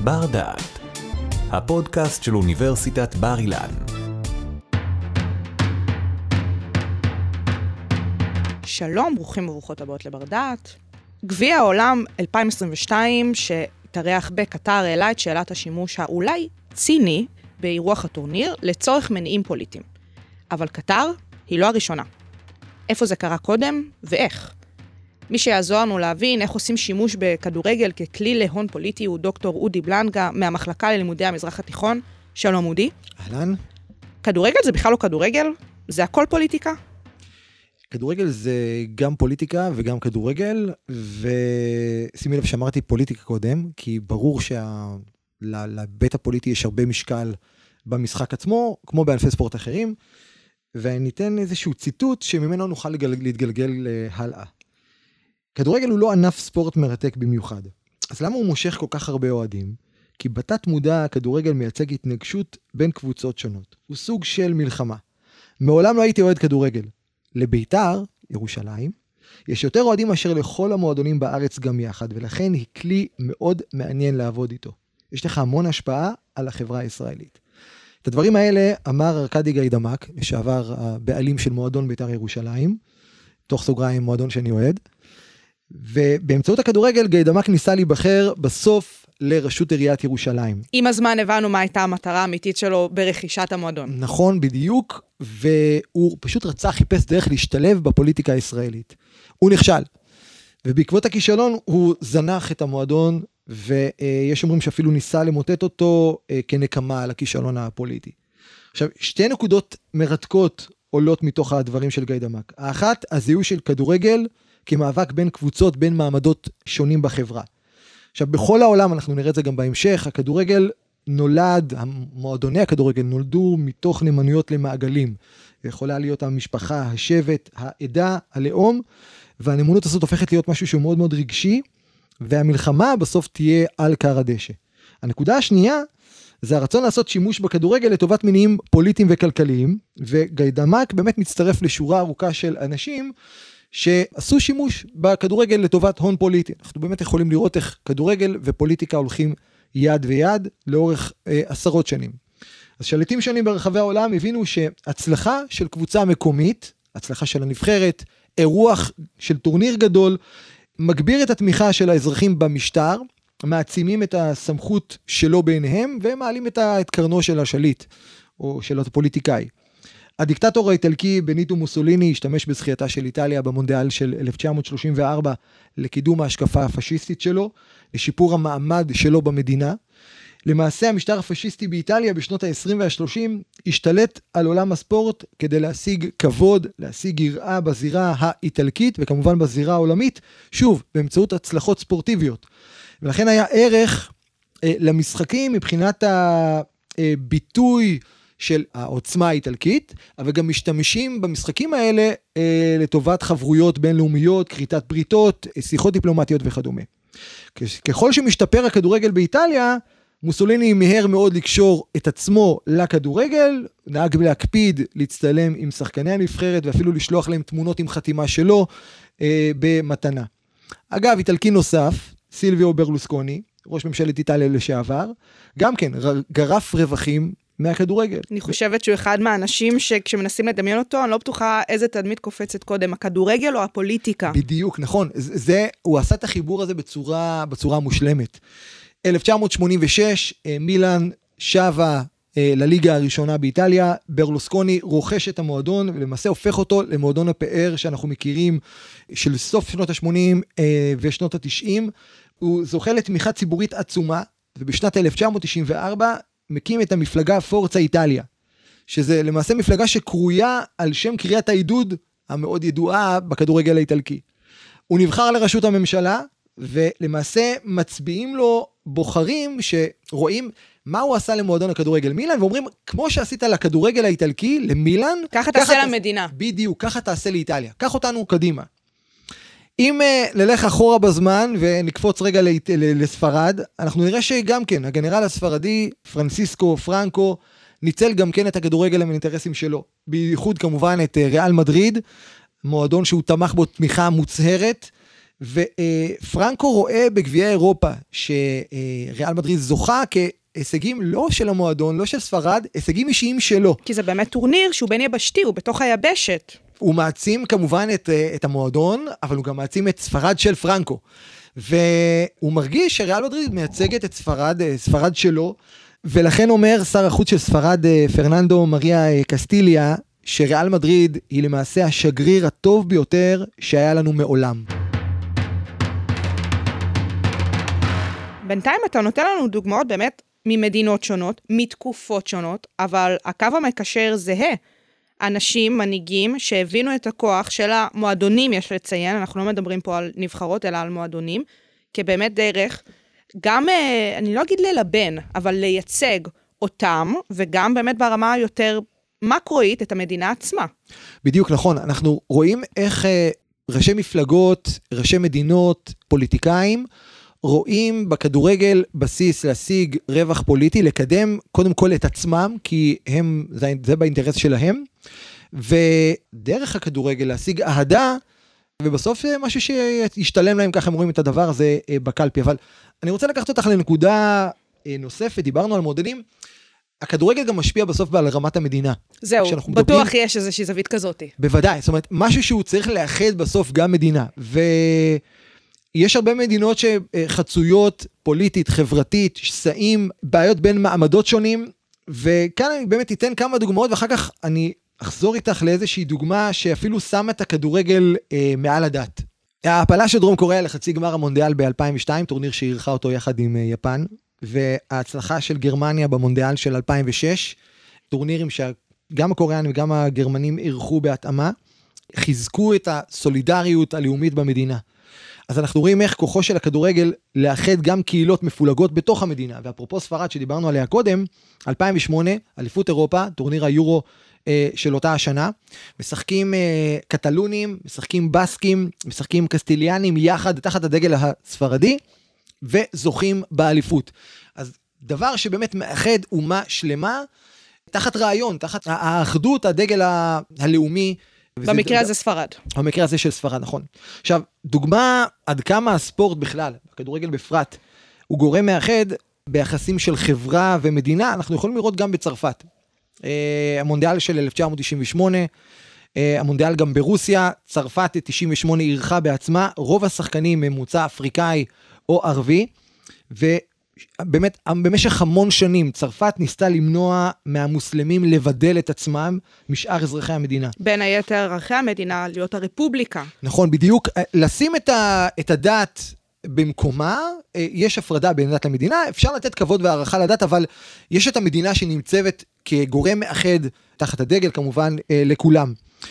בר דעת, הפודקאסט של אוניברסיטת בר אילן. שלום, ברוכים וברוכות הבאות לבר דעת. גביע העולם 2022 שהתארח בקטר העלה את שאלת השימוש האולי ציני באירוח הטורניר לצורך מניעים פוליטיים. אבל קטר היא לא הראשונה. איפה זה קרה קודם ואיך? מי שיעזור לנו להבין איך עושים שימוש בכדורגל ככלי להון פוליטי הוא דוקטור אודי בלנגה מהמחלקה ללימודי המזרח התיכון. שלום אודי. אהלן. כדורגל זה בכלל לא כדורגל? זה הכל פוליטיקה? כדורגל זה גם פוליטיקה וגם כדורגל, ושימי לב שאמרתי פוליטיקה קודם, כי ברור שלבית הפוליטי יש הרבה משקל במשחק עצמו, כמו בענפי ספורט אחרים, וניתן איזשהו ציטוט שממנו נוכל להתגלגל הלאה. כדורגל הוא לא ענף ספורט מרתק במיוחד. אז למה הוא מושך כל כך הרבה אוהדים? כי בתת מודע הכדורגל מייצג התנגשות בין קבוצות שונות. הוא סוג של מלחמה. מעולם לא הייתי אוהד כדורגל. לביתר, ירושלים, יש יותר אוהדים אשר לכל המועדונים בארץ גם יחד, ולכן היא כלי מאוד מעניין לעבוד איתו. יש לך המון השפעה על החברה הישראלית. את הדברים האלה אמר ארקדי גיידמק, לשעבר הבעלים של מועדון ביתר ירושלים, תוך סוגריים מועדון שאני אוהד, ובאמצעות הכדורגל גיידמק ניסה להיבחר בסוף לראשות עיריית ירושלים. עם הזמן הבנו מה הייתה המטרה האמיתית שלו ברכישת המועדון. נכון, בדיוק, והוא פשוט חיפש דרך להשתלב בפוליטיקה הישראלית. הוא נכשל, ובעקבות הכישלון הוא זנח את המועדון, ויש אומרים שאפילו ניסה למוטט אותו כנקמה על הכישלון הפוליטי. עכשיו, שתי נקודות מרתקות עולות מתוך הדברים של גיידמק. האחת, הזיהוי של כדורגל כמאבק בין קבוצות, בין מעמדות שונים בחברה. עכשיו, בכל העולם, אנחנו נראה את זה גם בהמשך, הכדורגל נולד, המועדוני הכדורגל נולדו מתוך נאמנויות למעגלים. יכולה להיות המשפחה, השבט, העדה, הלאום, והנאמנות הזאת הופכת להיות משהו שהוא מאוד מאוד רגשי, והמלחמה בסוף תהיה על קר הדשא. הנקודה השנייה, זה הרצון לעשות שימוש בכדורגל לטובת מניעים פוליטיים וכלכליים, וגיידמק באמת מצטרף לשורה ארוכה של אנשים, שעשו שימוש בכדורגל לטובת הון פוליטי. אנחנו באמת יכולים לראות איך כדורגל ופוליטיקה הולכים יד ויד לאורך עשרות שנים. אז שליטים שונים ברחבי העולם הבינו שהצלחה של קבוצה מקומית, הצלחה של הנבחרת, אירוח של טורניר גדול, מגביר את התמיכה של האזרחים במשטר, מעצימים את הסמכות שלו בעיניהם, ומעלים את קרנו של השליט, או של הפוליטיקאי. הדיקטטור האיטלקי בניטו מוסוליני השתמש בזכייתה של איטליה במונדיאל של 1934 לקידום ההשקפה הפשיסטית שלו, לשיפור המעמד שלו במדינה. למעשה המשטר הפשיסטי באיטליה בשנות ה-20 וה-30 השתלט על עולם הספורט כדי להשיג כבוד, להשיג יראה בזירה האיטלקית וכמובן בזירה העולמית, שוב, באמצעות הצלחות ספורטיביות. ולכן היה ערך למשחקים מבחינת הביטוי של העוצמה האיטלקית, אבל גם משתמשים במשחקים האלה לטובת חברויות בינלאומיות, כריתת בריתות, שיחות דיפלומטיות וכדומה. ככל שמשתפר הכדורגל באיטליה, מוסוליני מהר מאוד לקשור את עצמו לכדורגל, נהג להקפיד להצטלם עם שחקני הנבחרת, ואפילו לשלוח להם תמונות עם חתימה שלו במתנה. אגב, איטלקי נוסף, סילביו ברלוסקוני, ראש ממשלת איטליה לשעבר, גם כן גרף רווחים מהכדורגל. אני חושבת שהוא אחד מהאנשים שכשמנסים לדמיין אותו, אני לא בטוחה איזה תדמית קופצת קודם, הכדורגל או הפוליטיקה. בדיוק, נכון. הוא עשה את החיבור הזה בצורה מושלמת. 1986, מילאן שבה לליגה הראשונה באיטליה, ברלוסקוני רוכש את המועדון, ולמעשה הופך אותו למועדון הפאר שאנחנו מכירים של סוף שנות ה-80 ושנות ה-90. הוא זוכה לתמיכה ציבורית עצומה, ובשנת 1994 מקים את המפלגה פורצה איטליה, שזה למעשה מפלגה שקרויה על שם קריאת העידוד המאוד ידועה בכדורגל האיטלקי. הוא נבחר לראשות הממשלה, ולמעשה מצביעים לו בוחרים שרואים מה הוא עשה למועדון הכדורגל מילאן, ואומרים, כמו שעשית לכדורגל האיטלקי, למילאן, ככה תעשה למדינה. בדיוק, ככה תעשה לאיטליה. קח אותנו קדימה. אם נלך אחורה בזמן ונקפוץ רגע לספרד, אנחנו נראה שגם כן, הגנרל הספרדי, פרנסיסקו פרנקו, ניצל גם כן את הכדורגל מהאינטרסים שלו. בייחוד כמובן את ריאל מדריד, מועדון שהוא תמך בו תמיכה מוצהרת, ופרנקו רואה בגביע אירופה שריאל מדריד זוכה כהישגים לא של המועדון, לא של ספרד, הישגים אישיים שלו. כי זה באמת טורניר שהוא בין יבשתי, הוא בתוך היבשת. הוא מעצים כמובן את המועדון, אבל הוא גם מעצים את ספרד של פרנקו. והוא מרגיש שריאל מדריד מייצגת את ספרד שלו, ולכן אומר שר החוץ של ספרד, פרננדו מריה קסטיליה, שריאל מדריד היא למעשה השגריר הטוב ביותר שהיה לנו מעולם. בינתיים אתה נותן לנו דוגמאות באמת ממדינות שונות, מתקופות שונות, אבל הקו המקשר זהה. אנשים, מנהיגים, שהבינו את הכוח של המועדונים, יש לציין, אנחנו לא מדברים פה על נבחרות, אלא על מועדונים, כבאמת דרך, גם, אני לא אגיד ללבן, אבל לייצג אותם, וגם באמת ברמה היותר מקרואית את המדינה עצמה. בדיוק, נכון. אנחנו רואים איך ראשי מפלגות, ראשי מדינות, פוליטיקאים, רואים בכדורגל בסיס להשיג רווח פוליטי, לקדם קודם כל את עצמם, כי זה באינטרס שלהם, ודרך הכדורגל להשיג אהדה, ובסוף זה משהו שישתלם להם, ככה הם רואים את הדבר הזה בקלפי. אבל אני רוצה לקחת אותך לנקודה נוספת, דיברנו על מודלים, הכדורגל גם משפיע בסוף על רמת המדינה. זהו, בטוח יש איזושהי זווית כזאת. בוודאי, זאת אומרת, משהו שהוא צריך לאחד בסוף גם מדינה, יש הרבה מדינות שחצויות פוליטית, חברתית, שסעים, בעיות בין מעמדות שונים, וכאן אני באמת אתן כמה דוגמאות, ואחר כך אני אחזור איתך לאיזושהי דוגמה שאפילו שמה את הכדורגל מעל הדת. ההעפלה של דרום קוריאה לחצי גמר המונדיאל ב-2002, טורניר שאירחה אותו יחד עם יפן, וההצלחה של גרמניה במונדיאל של 2006, טורנירים שגם הקוריאנים וגם הגרמנים אירחו בהתאמה, חיזקו את הסולידריות הלאומית במדינה. אז אנחנו רואים איך כוחו של הכדורגל לאחד גם קהילות מפולגות בתוך המדינה. ואפרופו ספרד שדיברנו עליה קודם, 2008, אליפות אירופה, טורניר היורו של אותה השנה, משחקים קטלונים, משחקים בסקים, משחקים קסטיליאנים יחד תחת הדגל הספרדי, וזוכים באליפות. אז דבר שבאמת מאחד אומה שלמה, תחת רעיון, תחת האחדות, הדגל הלאומי, במקרה הזה ספרד. במקרה הזה של ספרד, נכון. עכשיו, דוגמה עד כמה הספורט בכלל, הכדורגל בפרט, הוא גורם מאחד ביחסים של חברה ומדינה, אנחנו יכולים לראות גם בצרפת. המונדיאל של 1998, המונדיאל גם ברוסיה, צרפת 98 אירחה בעצמה, רוב השחקנים ממוצא אפריקאי או ערבי, ובאמת במשך המון שנים צרפת ניסתה למנוע מהמוסלמים לבדל את עצמם משאר אזרחי המדינה. בין היתר ערכי המדינה להיות הרפובליקה. נכון, בדיוק, לשים את הדת במקומה, יש הפרדה בין דת למדינה, אפשר לתת כבוד והערכה לדת, אבל יש את המדינה שנמצאת כגורם מאחד תחת הדגל כמובן לכולם.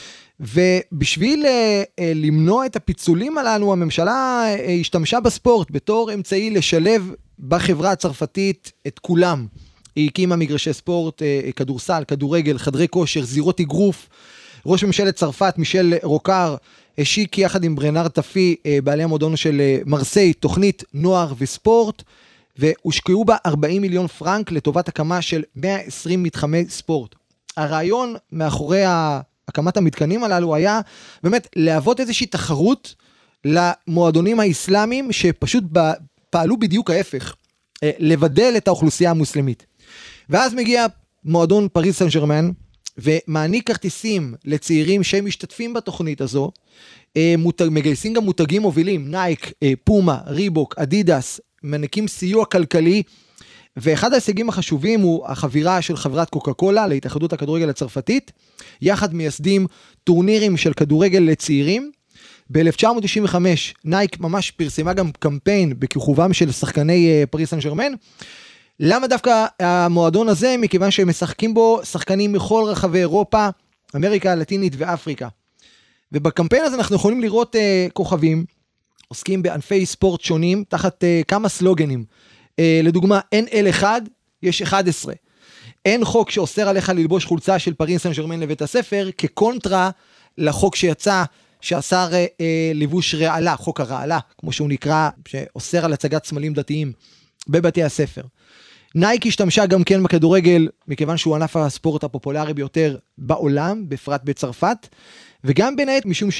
ובשביל למנוע את הפיצולים הללו, הממשלה השתמשה בספורט בתור אמצעי לשלב בחברה הצרפתית את כולם. היא הקימה מגרשי ספורט, כדורסל, כדורגל, חדרי כושר, זירות אגרוף. ראש ממשלת צרפת, מישל רוקר, השיק יחד עם ברנר טפי, בעלי המועדון של מרסיי, תוכנית נוער וספורט, והושקעו בה 40 מיליון פרנק לטובת הקמה של 120 מתחמי ספורט. הרעיון מאחורי הקמת המתקנים הללו היה באמת להוות איזושהי תחרות למועדונים האסלאמיים שפשוט פעלו בדיוק ההפך, לבדל את האוכלוסייה המוסלמית. ואז מגיע מועדון פריז סן ז'רמן, ומעניק כרטיסים לצעירים שמשתתפים בתוכנית הזו, מגייסים גם מותגים מובילים, נייק, פומה, ריבוק, אדידס, מעניקים סיוע כלכלי, ואחד ההישגים החשובים הוא החבירה של חברת קוקה קולה להתאחדות הכדורגל הצרפתית, יחד מייסדים טורנירים של כדורגל לצעירים. ב-1995 נייק ממש פרסמה גם קמפיין בכיכובם של שחקני פריז סן ז'רמן. למה דווקא המועדון הזה? מכיוון שהם משחקים בו שחקנים מכל רחבי אירופה, אמריקה הלטינית ואפריקה. ובקמפיין הזה אנחנו יכולים לראות כוכבים, עוסקים בענפי ספורט שונים, תחת כמה סלוגנים. לדוגמה, אין אל אחד, יש 11. אין חוק שאוסר עליך ללבוש חולצה של פריז סן ז'רמן לבית הספר, כקונטרה לחוק שיצא, שאסר לבוש רעלה, חוק הרעלה, כמו שהוא נקרא, שאוסר על הצגת סמלים דתיים בבתי הספר. נייק השתמשה גם כן בכדורגל, מכיוון שהוא ענף הספורט הפופולרי ביותר בעולם, בפרט בצרפת, וגם בין היתר משום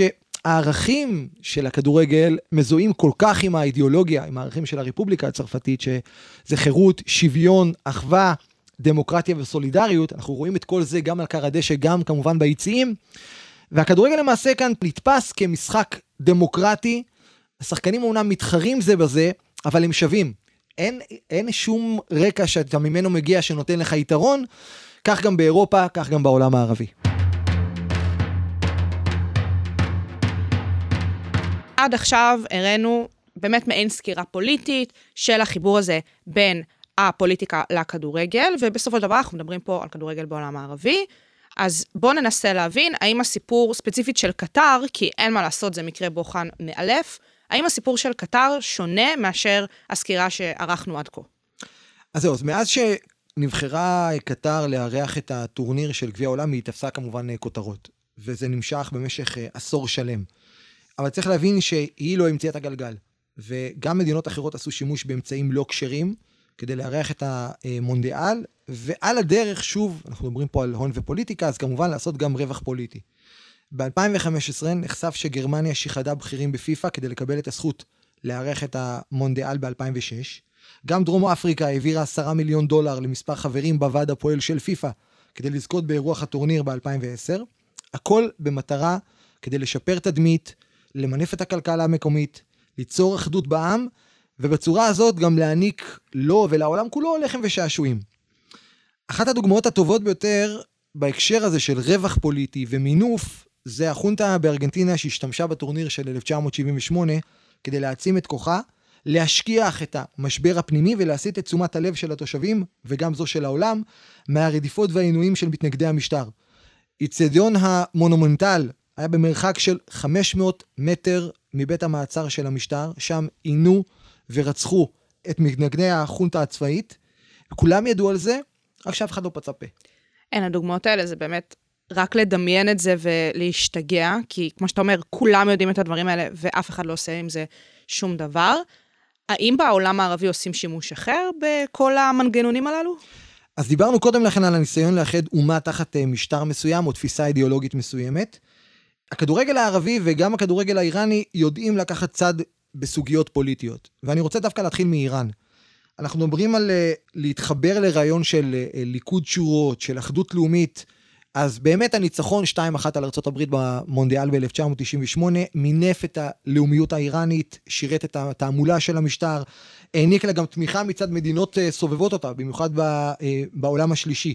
הערכים של הכדורגל מזוהים כל כך עם האידיאולוגיה, עם הערכים של הרפובליקה הצרפתית, שזה חירות, שוויון, אחווה, דמוקרטיה וסולידריות. אנחנו רואים את כל זה גם על קר הדשא, גם כמובן ביציעים, והכדורגל למעשה כאן נתפס כמשחק דמוקרטי. השחקנים אומנם מתחרים זה בזה, אבל הם שווים. אין שום רקע שאתה ממנו מגיע שנותן לך יתרון, כך גם באירופה, כך גם בעולם הערבי. עד עכשיו הראינו באמת מעין סקירה פוליטית של החיבור הזה בין הפוליטיקה לכדורגל, ובסופו של דבר אנחנו מדברים פה על כדורגל בעולם הערבי. אז בואו ננסה להבין האם הסיפור ספציפית של קטר, כי אין מה לעשות, זה מקרה בוחן מאלף, האם הסיפור של קטר שונה מאשר הסקירה שערכנו עד כה? אז זהו, אז מאז שנבחרה קטר לארח את הטורניר של גביע העולם, היא תפסה כמובן כותרות, וזה נמשך במשך עשור שלם. אבל צריך להבין שהיא לא המציאה את הגלגל, וגם מדינות אחרות עשו שימוש באמצעים לא כשרים, כדי לארח את המונדיאל, ועל הדרך, שוב, אנחנו מדברים פה על הון ופוליטיקה, אז כמובן לעשות גם רווח פוליטי. ב-2015 נחשף שגרמניה שיחדה בכירים בפיפה, כדי לקבל את הזכות לארח את המונדיאל ב-2006. גם דרום אפריקה העבירה $10 מיליון למספר חברים בוועד הפועל של פיפה, כדי לזכות באירוח הטורניר ב-2010. הכל במטרה כדי לשפר תדמית, למנף את הכלכלה המקומית, ליצור אחדות בעם, ובצורה הזאת גם להעניק לו ולעולם כולו לחם ושעשועים. אחת הדוגמאות הטובות ביותר בהקשר הזה של רווח פוליטי ומינוף, זה החונטה בארגנטינה שהשתמשה בטורניר של 1978, כדי להעצים את כוחה, להשכיח את המשבר הפנימי ולהסיט את תשומת הלב של התושבים, וגם זו של העולם, מהרדיפות והעינויים של מתנגדי המשטר. אצטדיון המונומנטל היה במרחק של 500 מטר מבית המעצר של המשטר, שם עינו ורצחו את מתנגדי החונטה הצבאית, וכולם ידעו על זה, רק שאף אחד לא פצע פה. אין, הדוגמאות האלה זה באמת רק לדמיין את זה ולהשתגע, כי כמו שאתה אומר, כולם יודעים את הדברים האלה, ואף אחד לא עושה עם זה שום דבר. האם בעולם הערבי עושים שימוש אחר בכל המנגנונים הללו? אז דיברנו קודם לכן על הניסיון לאחד אומה תחת משטר מסוים, או תפיסה אידיאולוגית מסוימת. הכדורגל הערבי וגם הכדורגל האיראני יודעים לקחת צד בסוגיות פוליטיות. ואני רוצה דווקא להתחיל מאיראן. אנחנו מדברים על להתחבר לרעיון של ליכוד שורות, של אחדות לאומית. אז באמת הניצחון 2-1 על ארצות הברית במונדיאל ב-1998, מינף את הלאומיות האיראנית, שירת את התעמולה של המשטר, העניק לה גם תמיכה מצד מדינות סובבות אותה, במיוחד בעולם השלישי.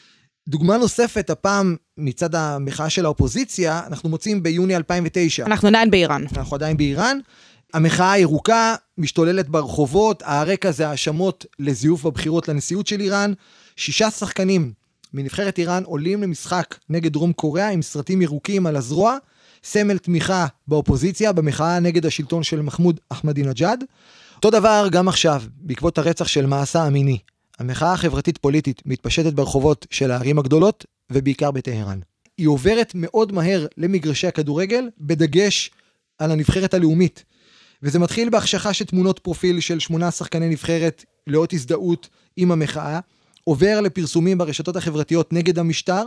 דוגמה נוספת, הפעם מצד המחאה של האופוזיציה, אנחנו מוצאים ביוני 2009. אנחנו עדיין באיראן. אנחנו עדיין באיראן. המחאה הירוקה משתוללת ברחובות, הרקע זה האשמות לזיוף בבחירות לנשיאות של איראן. 6 שחקנים מנבחרת איראן עולים למשחק נגד דרום קוריאה עם סרטים ירוקים על הזרוע, סמל תמיכה באופוזיציה, במחאה נגד השלטון של מחמוד אחמדינג'אד. אותו דבר גם עכשיו, בעקבות הרצח של מעשה אמיני. המחאה החברתית פוליטית מתפשטת ברחובות של הערים הגדולות, ובעיקר בטהרן. היא עוברת מאוד מהר למגרשי הכדורגל, בדגש על הנבחרת הלאומית. וזה מתחיל בהחשכה של תמונות פרופיל של 8 שחקני נבחרת, לאות הזדהות עם המחאה, עובר לפרסומים ברשתות החברתיות נגד המשטר,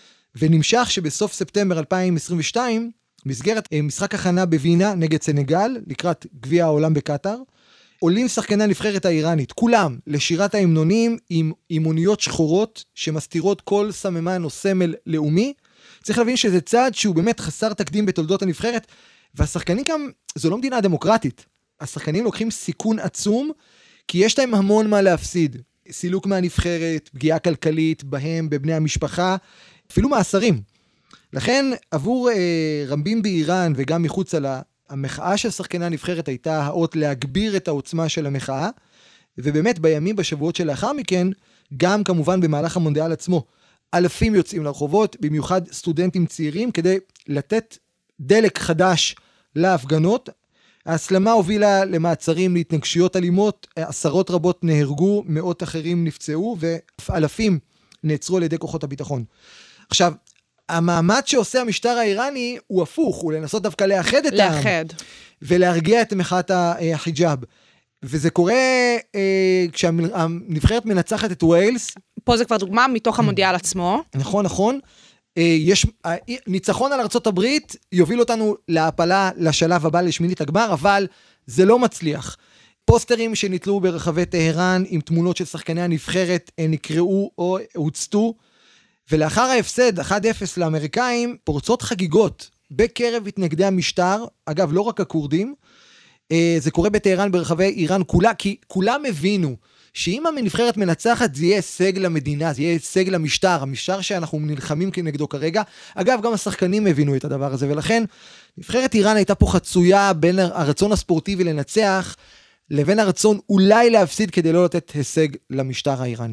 ונמשך שבסוף ספטמבר 2022, מסגרת משחק הכנה בווינה נגד סנגל, לקראת גביע העולם בקטר, עולים שחקני הנבחרת האיראנית, כולם, לשירת ההמנונים עם אימוניות שחורות, שמסתירות כל סממן או סמל לאומי. צריך להבין שזה צעד שהוא באמת חסר תקדים בתולדות הנבחרת, והשחקנים גם, זו לא מדינה דמוקרטית. השחקנים לוקחים סיכון עצום, כי יש להם המון מה להפסיד. סילוק מהנבחרת, פגיעה כלכלית בהם, בבני המשפחה, אפילו מאסרים. לכן, עבור רבים באיראן וגם מחוץ לה, המחאה של שחקני הנבחרת הייתה האות להגביר את העוצמה של המחאה, ובאמת בימים, בשבועות שלאחר מכן, גם כמובן במהלך המונדיאל עצמו, אלפים יוצאים לרחובות, במיוחד סטודנטים צעירים, כדי לתת דלק חדש להפגנות. ההסלמה הובילה למעצרים, להתנגשויות אלימות, עשרות רבות נהרגו, מאות אחרים נפצעו, ואלפים נעצרו על ידי כוחות הביטחון. עכשיו, המאמץ שעושה המשטר האיראני הוא הפוך, הוא לנסות דווקא לאחד את העם. ולהרגיע את מחאת החיג'אב. וזה קורה כשהנבחרת מנצחת את ווילס. פה זה כבר דוגמה מתוך המונדיאל עצמו. נכון, נכון. ניצחון על ארצות הברית יוביל אותנו להפלה לשלב הבא לשמינית הגמר, אבל זה לא מצליח. פוסטרים שניתלו ברחבי טהרן עם תמונות של שחקני הנבחרת נקראו או הוצתו, ולאחר ההפסד 1-0 לאמריקאים פורצות חגיגות בקרב התנגדי המשטר, אגב לא רק הכורדים, זה קורה בטהרן ברחבי איראן כולה, כי כולם הבינו שאם הנבחרת מנצחת זה יהיה הישג למדינה, זה יהיה הישג למשטר, המשטר שאנחנו נלחמים כנגדו כרגע. אגב, גם השחקנים הבינו את הדבר הזה, ולכן נבחרת איראן הייתה פה חצויה בין הרצון הספורטיבי לנצח, לבין הרצון אולי להפסיד כדי לא לתת הישג למשטר האיראני.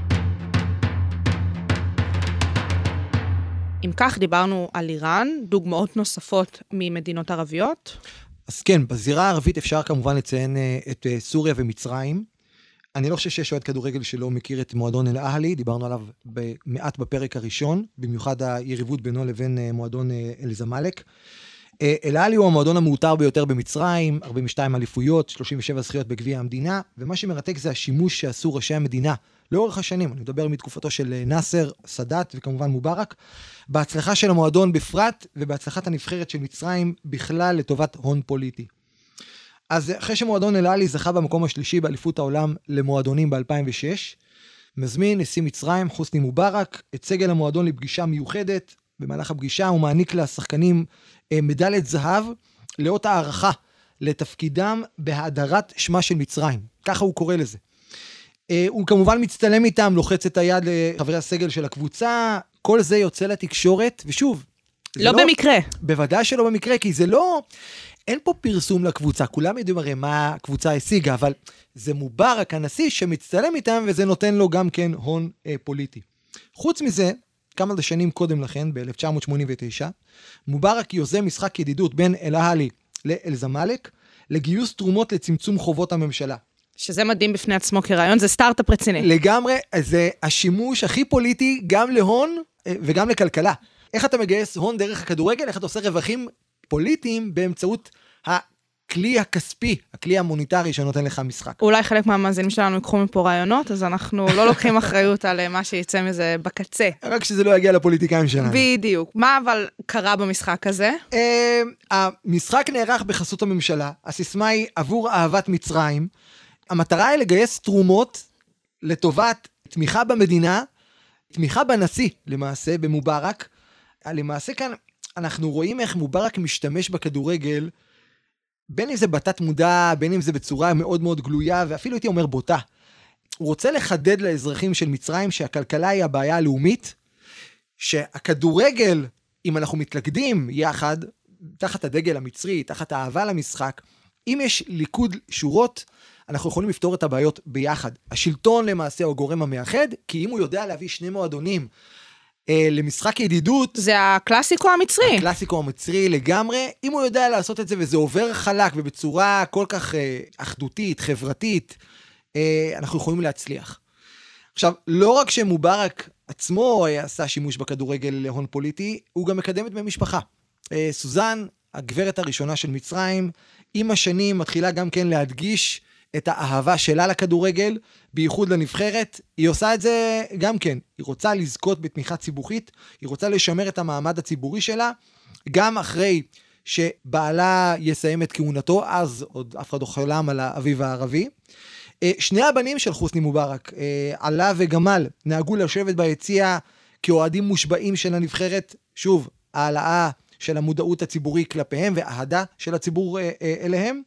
אם כך דיברנו על איראן, דוגמאות נוספות ממדינות ערביות? אז כן, בזירה הערבית אפשר כמובן לציין את סוריה ומצרים. אני לא חושב שיש אוהד כדורגל שלא מכיר את מועדון אל-אהלי, דיברנו עליו מעט בפרק הראשון, במיוחד היריבות בינו לבין מועדון אל-זמאלק. אל-אהלי הוא המועדון המאותר ביותר במצרים, 42 אליפויות, 37 זכיות בגביע המדינה, ומה שמרתק זה השימוש שעשו ראשי המדינה לאורך השנים, אני מדבר מתקופתו של נאסר, סאדאת וכמובן מובארק, בהצלחה של המועדון בפרט, ובהצלחת הנבחרת של מצרים בכלל לטובת הון פוליטי. אז אחרי שמועדון אל-אהלי זכה במקום השלישי באליפות העולם למועדונים ב-2006, מזמין נשיא מצרים, חוסני מובארק, את סגל המועדון לפגישה מיוחדת. במהלך הפגישה הוא מעניק לשחקנים מדליית זהב, לאות הערכה לתפקידם בהאדרת שמה של מצרים. ככה הוא קורא לזה. הוא כמובן מצטלם איתם, לוחץ את היד לחברי הסגל של הקבוצה, כל זה יוצא לתקשורת, ושוב, לא במקרה. בוודאי שלא במקרה, כי זה לא, אין פה פרסום לקבוצה, כולם יודעים הרי מה הקבוצה השיגה, אבל זה מובארק הנשיא שמצטלם איתם, וזה נותן לו גם כן הון פוליטי. חוץ מזה, כמה שנים קודם לכן, ב-1989, מובארק יוזם משחק ידידות בין אל-אהלי לאל-זמאלק, לגיוס תרומות לצמצום חובות הממשלה. שזה מדהים בפני עצמו כרעיון, זה סטארט-אפ רציני. לגמרי, זה השימוש הכי פוליטי גם להון וגם לכלכלה. איך אתה מגייס הון דרך הכדורגל? איך אתה עושה רווחים פוליטיים באמצעות הכלי הכספי, הכלי המוניטרי שנותן לך משחק. אולי חלק מהמאזינים שלנו יקחו מפה רעיונות, אז אנחנו לא לוקחים אחריות על מה שיצא מזה בקצה. רק שזה לא יגיע לפוליטיקאים שלנו. בדיוק. מה אבל קרה במשחק הזה? המשחק נערך בחסות הממשלה, הסיסמה היא עבור אהבת מצרים, המטרה היא לגייס תרומות לטובת תמיכה במדינה, תמיכה בנשיא למעשה, במובארק. למעשה כאן אנחנו רואים איך מובארק משתמש בכדורגל, בין אם זה בתת מודע, בין אם זה בצורה מאוד מאוד גלויה, ואפילו הייתי אומר בוטה. הוא רוצה לחדד לאזרחים של מצרים שהכלכלה היא הבעיה הלאומית, שהכדורגל, אם אנחנו מתלכדים יחד, תחת הדגל המצרי, תחת האהבה למשחק, אם יש ליכוד שורות, אנחנו יכולים לפתור את הבעיות ביחד. השלטון למעשה הוא גורם המאחד, כי אם הוא יודע להביא שני מועדונים למשחק ידידות... זה הקלאסיקו המצרי. הקלאסיקו המצרי לגמרי. אם הוא יודע לעשות את זה וזה עובר חלק ובצורה כל כך אחדותית, חברתית, אנחנו יכולים להצליח. עכשיו, לא רק שמובארק עצמו עשה שימוש בכדורגל להון פוליטי, הוא גם מקדם את במשפחה. סוזן, הגברת הראשונה של מצרים, עם השנים מתחילה גם כן להדגיש את האהבה שלה לכדורגל, בייחוד לנבחרת. היא עושה את זה גם כן. היא רוצה לזכות בתמיכה ציבורית, היא רוצה לשמר את המעמד הציבורי שלה, גם אחרי שבעלה יסיים את כהונתו, אז עוד אף אחד לא חלם על האביב הערבי. שני הבנים של חוסני מובארק, עלה וגמל, נהגו לשבת ביציע כאוהדים מושבעים של הנבחרת, שוב, העלאה של המודעות הציבורי כלפיהם, והאהדה של הציבור אליהם.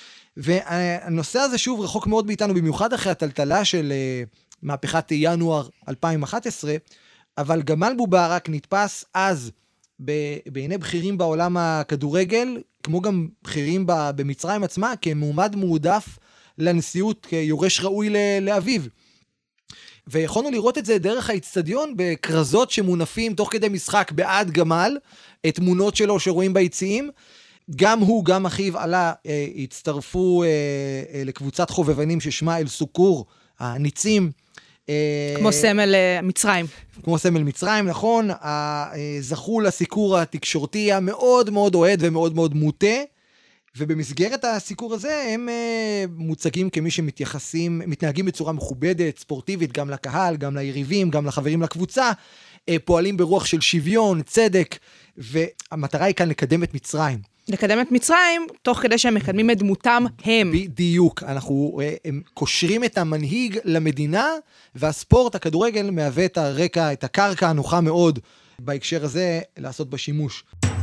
והנושא הזה שוב רחוק מאוד מאיתנו, במיוחד אחרי הטלטלה של מהפכת ינואר 2011, אבל גמל מובארק נתפס אז בעיני בכירים בעולם הכדורגל, כמו גם בכירים במצרים עצמה, כמועמד מועדף לנשיאות, כיורש ראוי לאביו. ויכולנו לראות את זה דרך האצטדיון בקרזות שמונפים תוך כדי משחק בעד גמל, תמונות שלו שרואים ביציעים, גם הוא, גם אחיו עלה, הצטרפו לקבוצת חובבנים ששמה אל סוקור, הניצים. כמו סמל מצרים. כמו סמל מצרים, נכון. זכו לסיקור התקשורתי המאוד מאוד אוהד ומאוד מאוד מוטה, ובמסגרת הסיקור הזה הם מוצגים כמי מתנהגים בצורה מכובדת, ספורטיבית, גם לקהל, גם ליריבים, גם לחברים לקבוצה. פועלים ברוח של שוויון, צדק, והמטרה היא כאן לקדם את מצרים. לקדם את מצרים, תוך כדי שהם מקדמים את דמותם הם. בדיוק, הם קושרים את המנהיג למדינה, והספורט, הכדורגל, מהווה את הרקע, את הקרקע הנוחה מאוד, בהקשר הזה, לעשות בשימוש.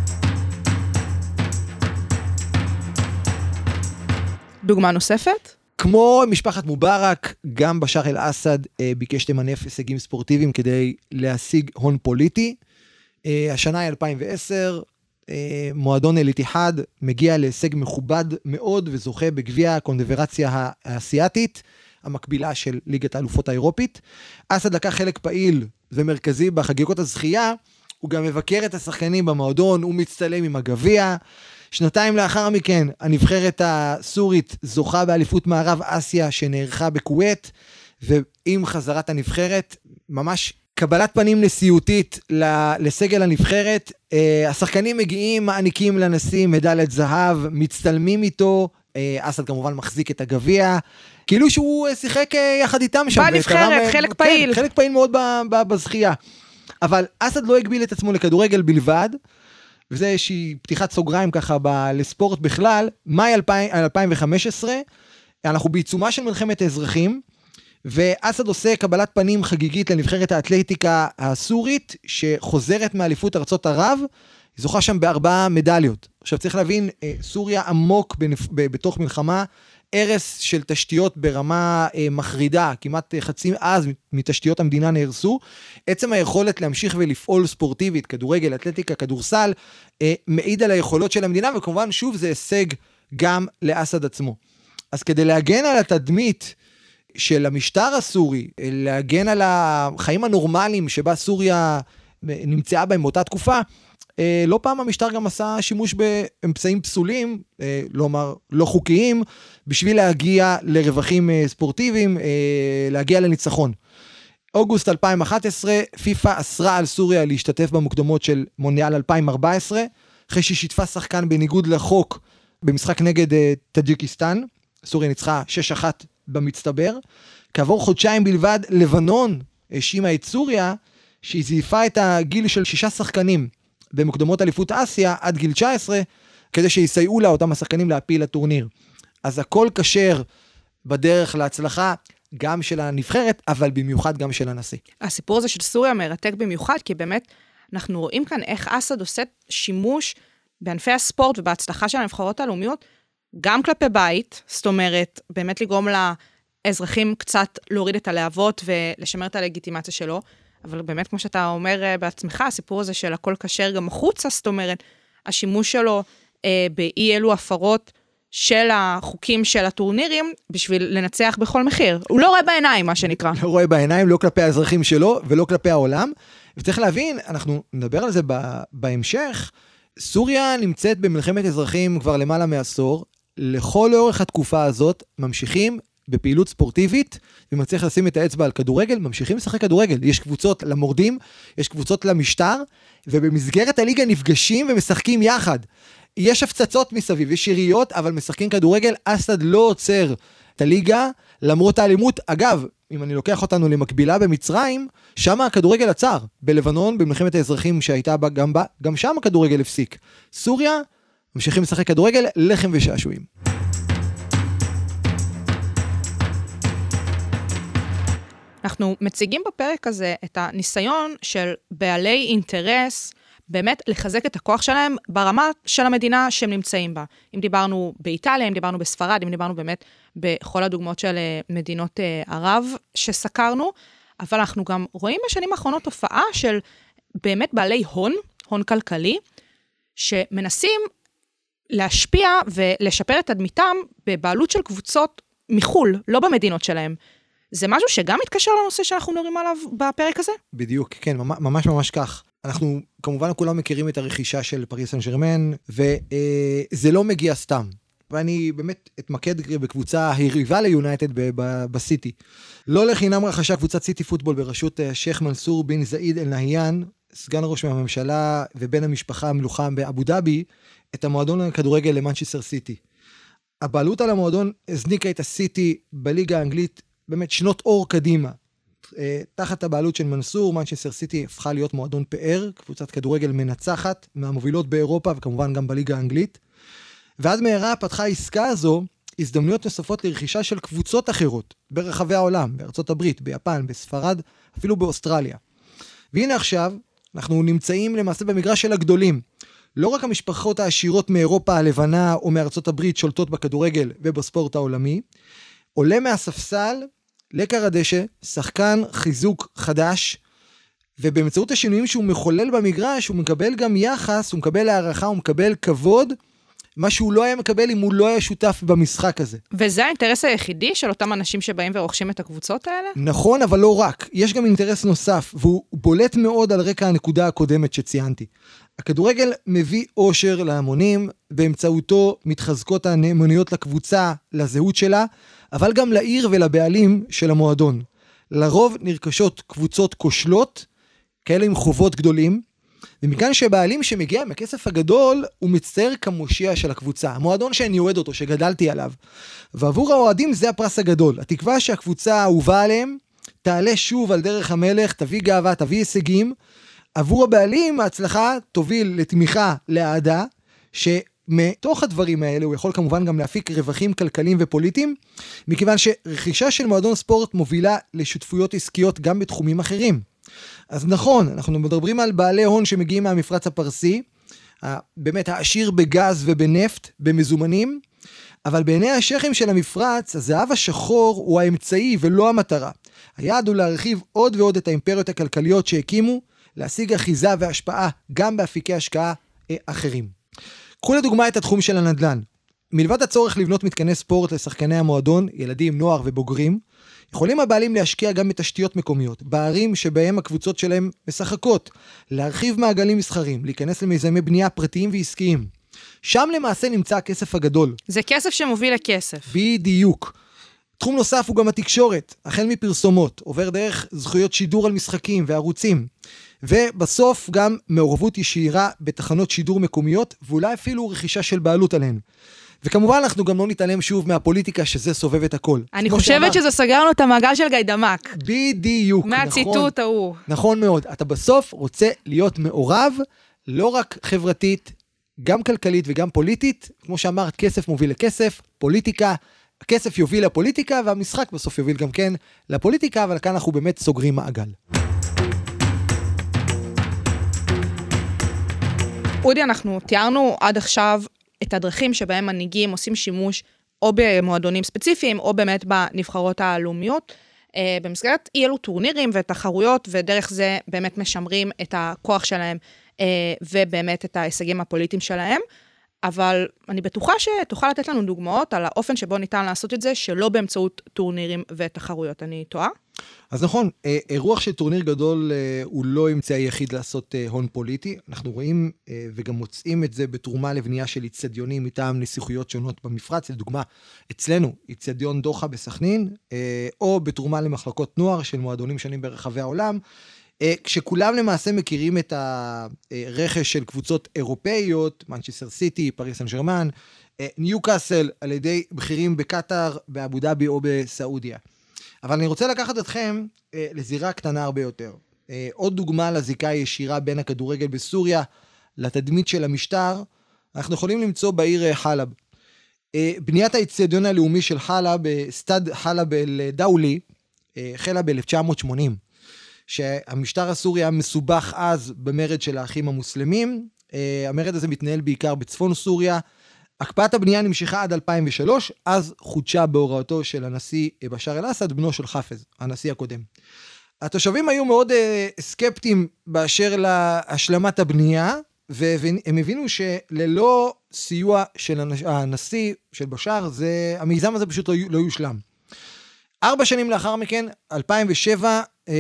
דוגמה נוספת? כמו משפחת מובארק, גם בשאר אל-אסד ביקש למנף הישגים ספורטיביים כדי להשיג הון פוליטי. השנה היא 2010, מועדון אל-איתיחאד מגיע להישג מכובד מאוד וזוכה בגביע הקונפדרציה האסייתית, המקבילה של ליגת האלופות האירופית. אסד לקח חלק פעיל ומרכזי בחגיגות הזכייה, הוא גם מבקר את השחקנים במועדון, הוא מצטלם עם הגביע. שנתיים לאחר מכן, הנבחרת הסורית זוכה באליפות מערב אסיה שנערכה בכווית, ועם חזרת הנבחרת, ממש קבלת פנים נשיאותית לסגל הנבחרת, השחקנים מגיעים, מעניקים לנשיא מדליית זהב, מצטלמים איתו, אסד כמובן מחזיק את הגביע, כאילו שהוא שיחק יחד איתם שם. בנבחרת, חלק פעיל. כן, חלק פעיל מאוד בזכייה. אבל אסד לא הגביל את עצמו לכדורגל בלבד, וזה איזושהי פתיחת סוגריים ככה לספורט בכלל. מאי 2015, אנחנו בעיצומה של מלחמת האזרחים, ואסד עושה קבלת פנים חגיגית לנבחרת האתלטיקה הסורית, שחוזרת מאליפות ארצות ערב, היא זוכה שם ב4 מדליות. עכשיו צריך להבין, סוריה עמוק בתוך מלחמה, ערס של תשתיות ברמה מחרידה, כמעט חצי אז מתשתיות המדינה נהרסו, עצם היכולת להמשיך ולפעול ספורטיבית, כדורגל, אתלטיקה, כדורסל, מעיד על היכולות של המדינה, וכמובן שוב זה הישג גם לאסד עצמו. אז כדי להגן על התדמית של המשטר הסורי, להגן על החיים הנורמליים שבה סוריה נמצאה בהם באותה תקופה, לא פעם המשטר גם עשה שימוש באמצעים פסולים, לומר לא חוקיים, בשביל להגיע לרווחים ספורטיביים, להגיע לניצחון. אוגוסט 2011, פיפה אסרה על סוריה להשתתף במוקדמות של מונדיאל 2014, אחרי שהיא שיתפה שחקן בניגוד לחוק במשחק נגד טאג'יקיסטן, סוריה ניצחה 6-1 במצטבר. כעבור חודשיים בלבד, לבנון האשימה את סוריה, שהיא זייפה את הגיל של 6 שחקנים במוקדמות אליפות אסיה עד גיל 19, כדי שיסייעו לה אותם השחקנים להפיל לטורניר. אז הכל כשר בדרך להצלחה, גם של הנבחרת, אבל במיוחד גם של הנשיא. הסיפור הזה של סוריה מרתק במיוחד, כי באמת אנחנו רואים כאן איך אסד עושה שימוש בענפי הספורט ובהצלחה של הנבחרות הלאומיות, גם כלפי בית, זאת אומרת, באמת לגרום לאזרחים קצת להוריד את הלהבות ולשמר את הלגיטימציה שלו, אבל באמת, כמו שאתה אומר בעצמך, הסיפור הזה של הכל כשר גם החוצה, זאת אומרת, השימוש שלו באי אלו הפרות של החוקים של הטורנירים, בשביל לנצח בכל מחיר. הוא לא רואה בעיניים, מה שנקרא. לא רואה בעיניים, לא כלפי האזרחים שלו, ולא כלפי העולם. וצריך להבין, אנחנו נדבר על זה בהמשך, סוריה נמצאת במלחמת אזרחים כבר למעלה מעשור, לכל אורך התקופה הזאת ממשיכים בפעילות ספורטיבית, ומצליח לשים את האצבע על כדורגל, ממשיכים לשחק כדורגל. יש קבוצות למורדים, יש קבוצות למשטר, ובמסגרת הליגה נפגשים ומשחקים יחד. יש הפצצות מסביב, יש יריות, אבל משחקים כדורגל. אסד לא עוצר את הליגה, למרות האלימות. אגב, אם אני לוקח אותנו למקבילה במצרים, שם הכדורגל עצר. בלבנון, במלחמת האזרחים שהייתה גם שם הכדורגל הפסיק. סוריה, ממשיכים לשחק כדורגל, לחם ושעשועים. אנחנו מציגים בפרק הזה את הניסיון של בעלי אינטרס, באמת לחזק את הכוח שלהם ברמה של המדינה שהם נמצאים בה. אם דיברנו באיטליה, אם דיברנו בספרד, אם דיברנו באמת בכל הדוגמאות של מדינות ערב שסקרנו, אבל אנחנו גם רואים בשנים האחרונות תופעה של באמת בעלי הון כלכלי, שמנסים להשפיע ולשפר את תדמיתם בבעלות של קבוצות מחול, לא במדינות שלהם. זה משהו שגם מתקשר לנושא שאנחנו מדברים עליו בפרק הזה? בדיוק, כן, ממש ממש כך. אנחנו כמובן כולם מכירים את הרכישה של פריס סן ז'רמן, וזה לא מגיע סתם. ואני באמת אתמקד בקבוצה היריבה ליונייטד בסיטי. לא לחינם רכשה קבוצת סיטי פוטבול בראשות שייח מנסור בן זאיד אל נהיין, סגן ראש מהממשלה ובן המשפחה המלוכה באבו דאבי, את המועדון הכדורגל למנצ'סטר סיטי. הבעלות על המועדון הזניקה את הסיטי בליגה האנגלית באמת שנות אור קדימה. תחת הבעלות של מנסור, מנצ'סטר סיטי הפכה להיות מועדון פאר, קבוצת כדורגל מנצחת, מהמובילות באירופה וכמובן גם בליגה האנגלית. ועד מהרה פתחה העסקה הזו הזדמנויות נוספות לרכישה של קבוצות אחרות, ברחבי העולם, בארצות הברית, ביפן, בספרד, אפילו באוסטרליה. והנה עכשיו, אנחנו נמצאים למעשה במגרש של הגדולים. לא רק המשפחות העשירות מאירופה הלבנה או מארצות הברית שולטות בכדורגל ובספורט העולמי, עולה מהספסל לקר הדשא, שחקן חיזוק חדש, ובאמצעות השינויים שהוא מחולל במגרש, הוא מקבל גם יחס, הוא מקבל הערכה, הוא מקבל כבוד, מה שהוא לא היה מקבל אם הוא לא היה שותף במשחק הזה. וזה האינטרס היחידי של אותם אנשים שבאים ורוכשים את הקבוצות האלה? נכון, אבל לא רק. יש גם אינטרס נוסף, והוא בולט מאוד על רקע הנקודה הקודמת שציינתי. הכדורגל מביא אושר להמונים, באמצעותו מתחזקות הנאמנויות לקבוצה, לזהות שלה, אבל גם לעיר ולבעלים של המועדון. לרוב נרכשות קבוצות כושלות, כאלה עם חובות גדולים, ומכאן שבעלים שמגיע מהכסף הגדול, הוא מצטייר כמושיע של הקבוצה, המועדון שאני אוהד אותו, שגדלתי עליו. ועבור האוהדים זה הפרס הגדול. התקווה שהקבוצה האהובה עליהם, תעלה שוב על דרך המלך, תביא גאווה, תביא הישגים. עבור הבעלים, ההצלחה תוביל לתמיכה, לאהדה, שמתוך הדברים האלה הוא יכול כמובן גם להפיק רווחים כלכליים ופוליטיים, מכיוון שרכישה של מועדון ספורט מובילה לשותפויות עסקיות גם בתחומים אחרים. אז נכון, אנחנו מדברים על בעלי הון שמגיעים מהמפרץ הפרסי, באמת העשיר בגז ובנפט, במזומנים, אבל בעיני השייכים של המפרץ, הזהב השחור הוא האמצעי ולא המטרה. היעד הוא להרחיב עוד ועוד את האימפריות הכלכליות שהקימו, להשיג אחיזה והשפעה גם באפיקי השקעה אחרים. קחו לדוגמה את התחום של הנדל"ן. מלבד הצורך לבנות מתקני ספורט לשחקני המועדון, ילדים, נוער ובוגרים, יכולים הבעלים להשקיע גם בתשתיות מקומיות, בערים שבהם הקבוצות שלהם משחקות, להרחיב מעגלים מסחרים, להיכנס למיזמי בנייה פרטיים ועסקיים. שם למעשה נמצא הכסף הגדול. זה כסף שמוביל לכסף. בדיוק. תחום נוסף הוא גם התקשורת, החל מפרסומות, עובר דרך זכויות שידור על משחקים וערוצים, ובסוף גם מעורבות ישירה בתחנות שידור מקומיות, ואולי אפילו רכישה של בעלות עליהן. וכמובן אנחנו גם לא נתעלם שוב מהפוליטיקה שזה סובב את הכל. אני חושבת שזה סגרנו את המעגל של גיידמק. בדיוק, מהציטוט ההוא. נכון מאוד. אתה בסוף רוצה להיות מעורב, לא רק חברתית, גם כלכלית וגם פוליטית. כמו שאמרת, כסף מוביל לכסף, פוליטיקה, הכסף יוביל לפוליטיקה, והמשחק בסוף יוביל גם כן לפוליטיקה, אבל כאן אנחנו באמת סוגרים מעגל. אודי, אנחנו תיארנו עד עכשיו את הדרכים שבהם מנהיגים עושים שימוש או במועדונים ספציפיים, או באמת בנבחרות הלאומיות, במסגרת אי אלו טורנירים ותחרויות, ודרך זה באמת משמרים את הכוח שלהם, ובאמת את ההישגים הפוליטיים שלהם, אבל אני בטוחה שתוכל לתת לנו דוגמאות על האופן שבו ניתן לעשות את זה, שלא באמצעות טורנירים ותחרויות. אני טועה? אז נכון, אירוח של טורניר גדול הוא לא אמצעי יחיד לעשות הון פוליטי. אנחנו רואים וגם מוצאים את זה בתרומה לבנייה של אצטדיונים מטעם נסיכויות שונות במפרץ. לדוגמה, אצלנו, אצטדיון דוחה בסכנין, או בתרומה למחלקות נוער של מועדונים שונים ברחבי העולם, כשכולם למעשה מכירים את הרכש של קבוצות אירופאיות, מנצ'סטר סיטי, פריס סן ז'רמן, ניוקאסל, על ידי בכירים בקטר, באבו דאבי או בסעודיה. אבל אני רוצה לקחת אתכם לזירה קטנה הרבה יותר. עוד דוגמה לזיקה הישירה בין הכדורגל בסוריה, לתדמית של המשטר, אנחנו יכולים למצוא בעיר חלב. בניית האצטדיון הלאומי של חלב, סטאד חלב אל-דאולי, החלה ב-1980. שהמשטר הסורי היה מסובך אז במרד של האחים המוסלמים, המרד הזה מתנהל בעיקר בצפון סוריה, הקפאת הבנייה נמשכה עד 2003, אז חודשה בהוראתו של הנשיא בשאר אל-אסד, בנו של חאפז, הנשיא הקודם. התושבים היו מאוד סקפטיים באשר להשלמת הבנייה, והם הבינו שללא סיוע של הנשיא של בשאר, המיזם הזה פשוט לא יושלם. 4 שנים לאחר מכן, 2007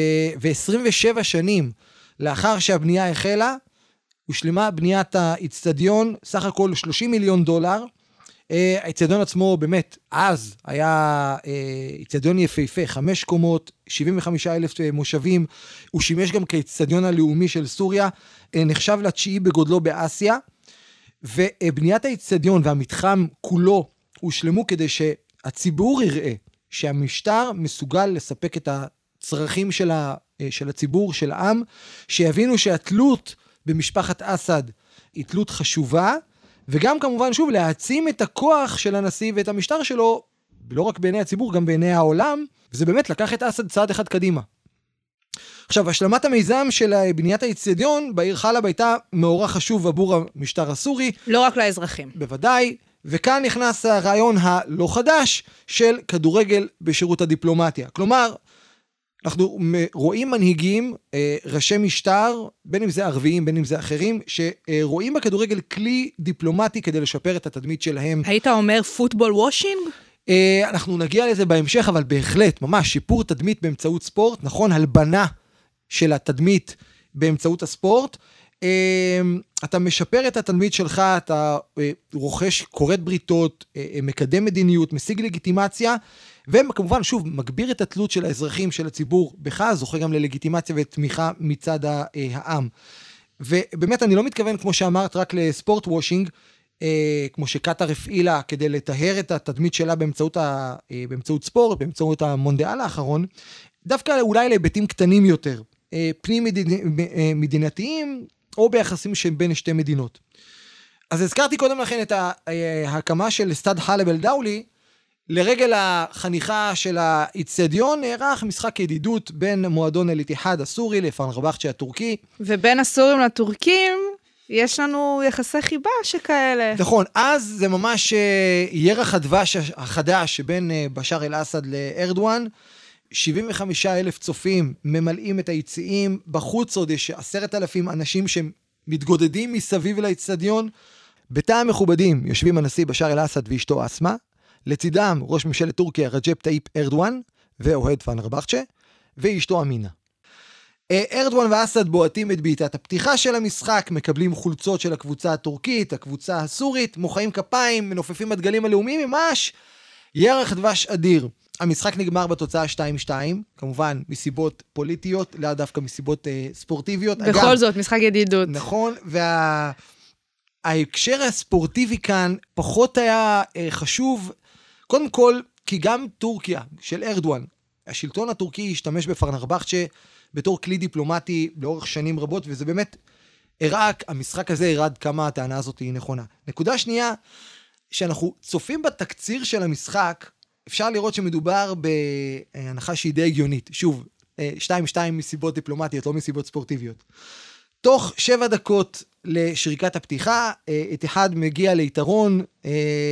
ו-27 שנים לאחר שהבנייה החלה, הושלמה בניית האצטדיון, סך הכל $30 מיליון. האצטדיון עצמו באמת, אז היה אצטדיון יפהפה, 5 קומות, 75,000 מושבים, הוא שימש גם כאצטדיון הלאומי של סוריה, נחשב ל9 בגודלו באסיה, ובניית האצטדיון והמתחם כולו הושלמו כדי שהציבור יראה שהמשטר מסוגל לספק את הצרכים של הציבור, של העם, שיבינו שהתלות במשפחת אסד היא תלות חשובה, וגם כמובן שוב להעצים את הכוח של הנשיא ואת המשטר שלו, לא רק בעיני הציבור, גם בעיני העולם, וזה באמת לקח את אסד צעד אחד קדימה. עכשיו, השלמת המיזם של בניית האצטדיון בעיר חלב הייתה מאורע חשוב עבור המשטר הסורי. לא רק לאזרחים. בוודאי, וכאן נכנס הרעיון הלא חדש של כדורגל בשירות הדיפלומטיה. כלומר, אנחנו רואים מנהיגים, ראשי משטר, בין אם זה ערביים, בין אם זה אחרים, שרואים בכדורגל כלי דיפלומטי כדי לשפר את התדמית שלהם. היית אומר פוטבול וושינג? אנחנו נגיע לזה בהמשך, אבל בהחלט, ממש, שיפור תדמית באמצעות ספורט, נכון, הלבנה של התדמית באמצעות הספורט, אתה משפר את התדמית שלך, אתה רוכש, קוראת בריתות, מקדם מדיניות, משיג לגיטימציה, וכמובן, שוב, מגביר את התלות של האזרחים, של הציבור בך, זוכה גם ללגיטימציה ותמיכה מצד העם. ובאמת, אני לא מתכוון, כמו שאמרת, רק לספורט וושינג, כמו שקטר הפעילה כדי לטהר את התדמית שלה באמצעות ספורט, באמצעות המונדיאל האחרון, דווקא אולי להיבטים קטנים יותר, פנים מדינתיים, או ביחסים שבין שתי מדינות. אז הזכרתי קודם לכן את ההקמה של אסטד חלב אל-דאולי, לרגל החניכה של האצטדיון נערך משחק ידידות בין מועדון אל-איתיחאד הסורי לפנרבחצ'ה הטורקי. ובין הסורים לטורקים יש לנו יחסי חיבה שכאלה. נכון, אז זה ממש ירח הדבש החדש בין בשאר אל-אסד לארדואן. 75,000 צופים ממלאים את היציעים, בחוץ עוד יש 10,000 אנשים שמתגודדים מסביב לאצטדיון. בתא המכובדים יושבים הנשיא בשאר אל-אסד ואשתו אסמה, לצידם ראש ממשלת טורקיה רג'פ טאיפ ארדואן ואוהד פנרבחצ'ה ואשתו אמינה. ארדואן ואסד בועטים את בעיטת הפתיחה של המשחק, מקבלים חולצות של הקבוצה הטורקית, הקבוצה הסורית, מוחאים כפיים, מנופפים הדגלים הלאומיים, ממש ירח דבש אדיר. המשחק נגמר בתוצאה 2-2, כמובן מסיבות פוליטיות, לא דווקא מסיבות ספורטיביות. בכל זאת, משחק ידידות. נכון, וההקשר הספורטיבי כאן פחות היה חשוב, קודם כל, כי גם טורקיה של ארדואן, השלטון הטורקי השתמש בפנרבחצ'ה בתור כלי דיפלומטי לאורך שנים רבות, וזה באמת המשחק הזה הראה כמה הטענה הזאת היא נכונה. נקודה שנייה, שאנחנו צופים בתקציר של המשחק, אפשר לראות שמדובר בהנחה שהיא די הגיונית. שוב, 2-2 מסיבות דיפלומטיות, לא מסיבות ספורטיביות. תוך 7 דקות לשריקת הפתיחה, איתיחאד מגיע ליתרון 1-0,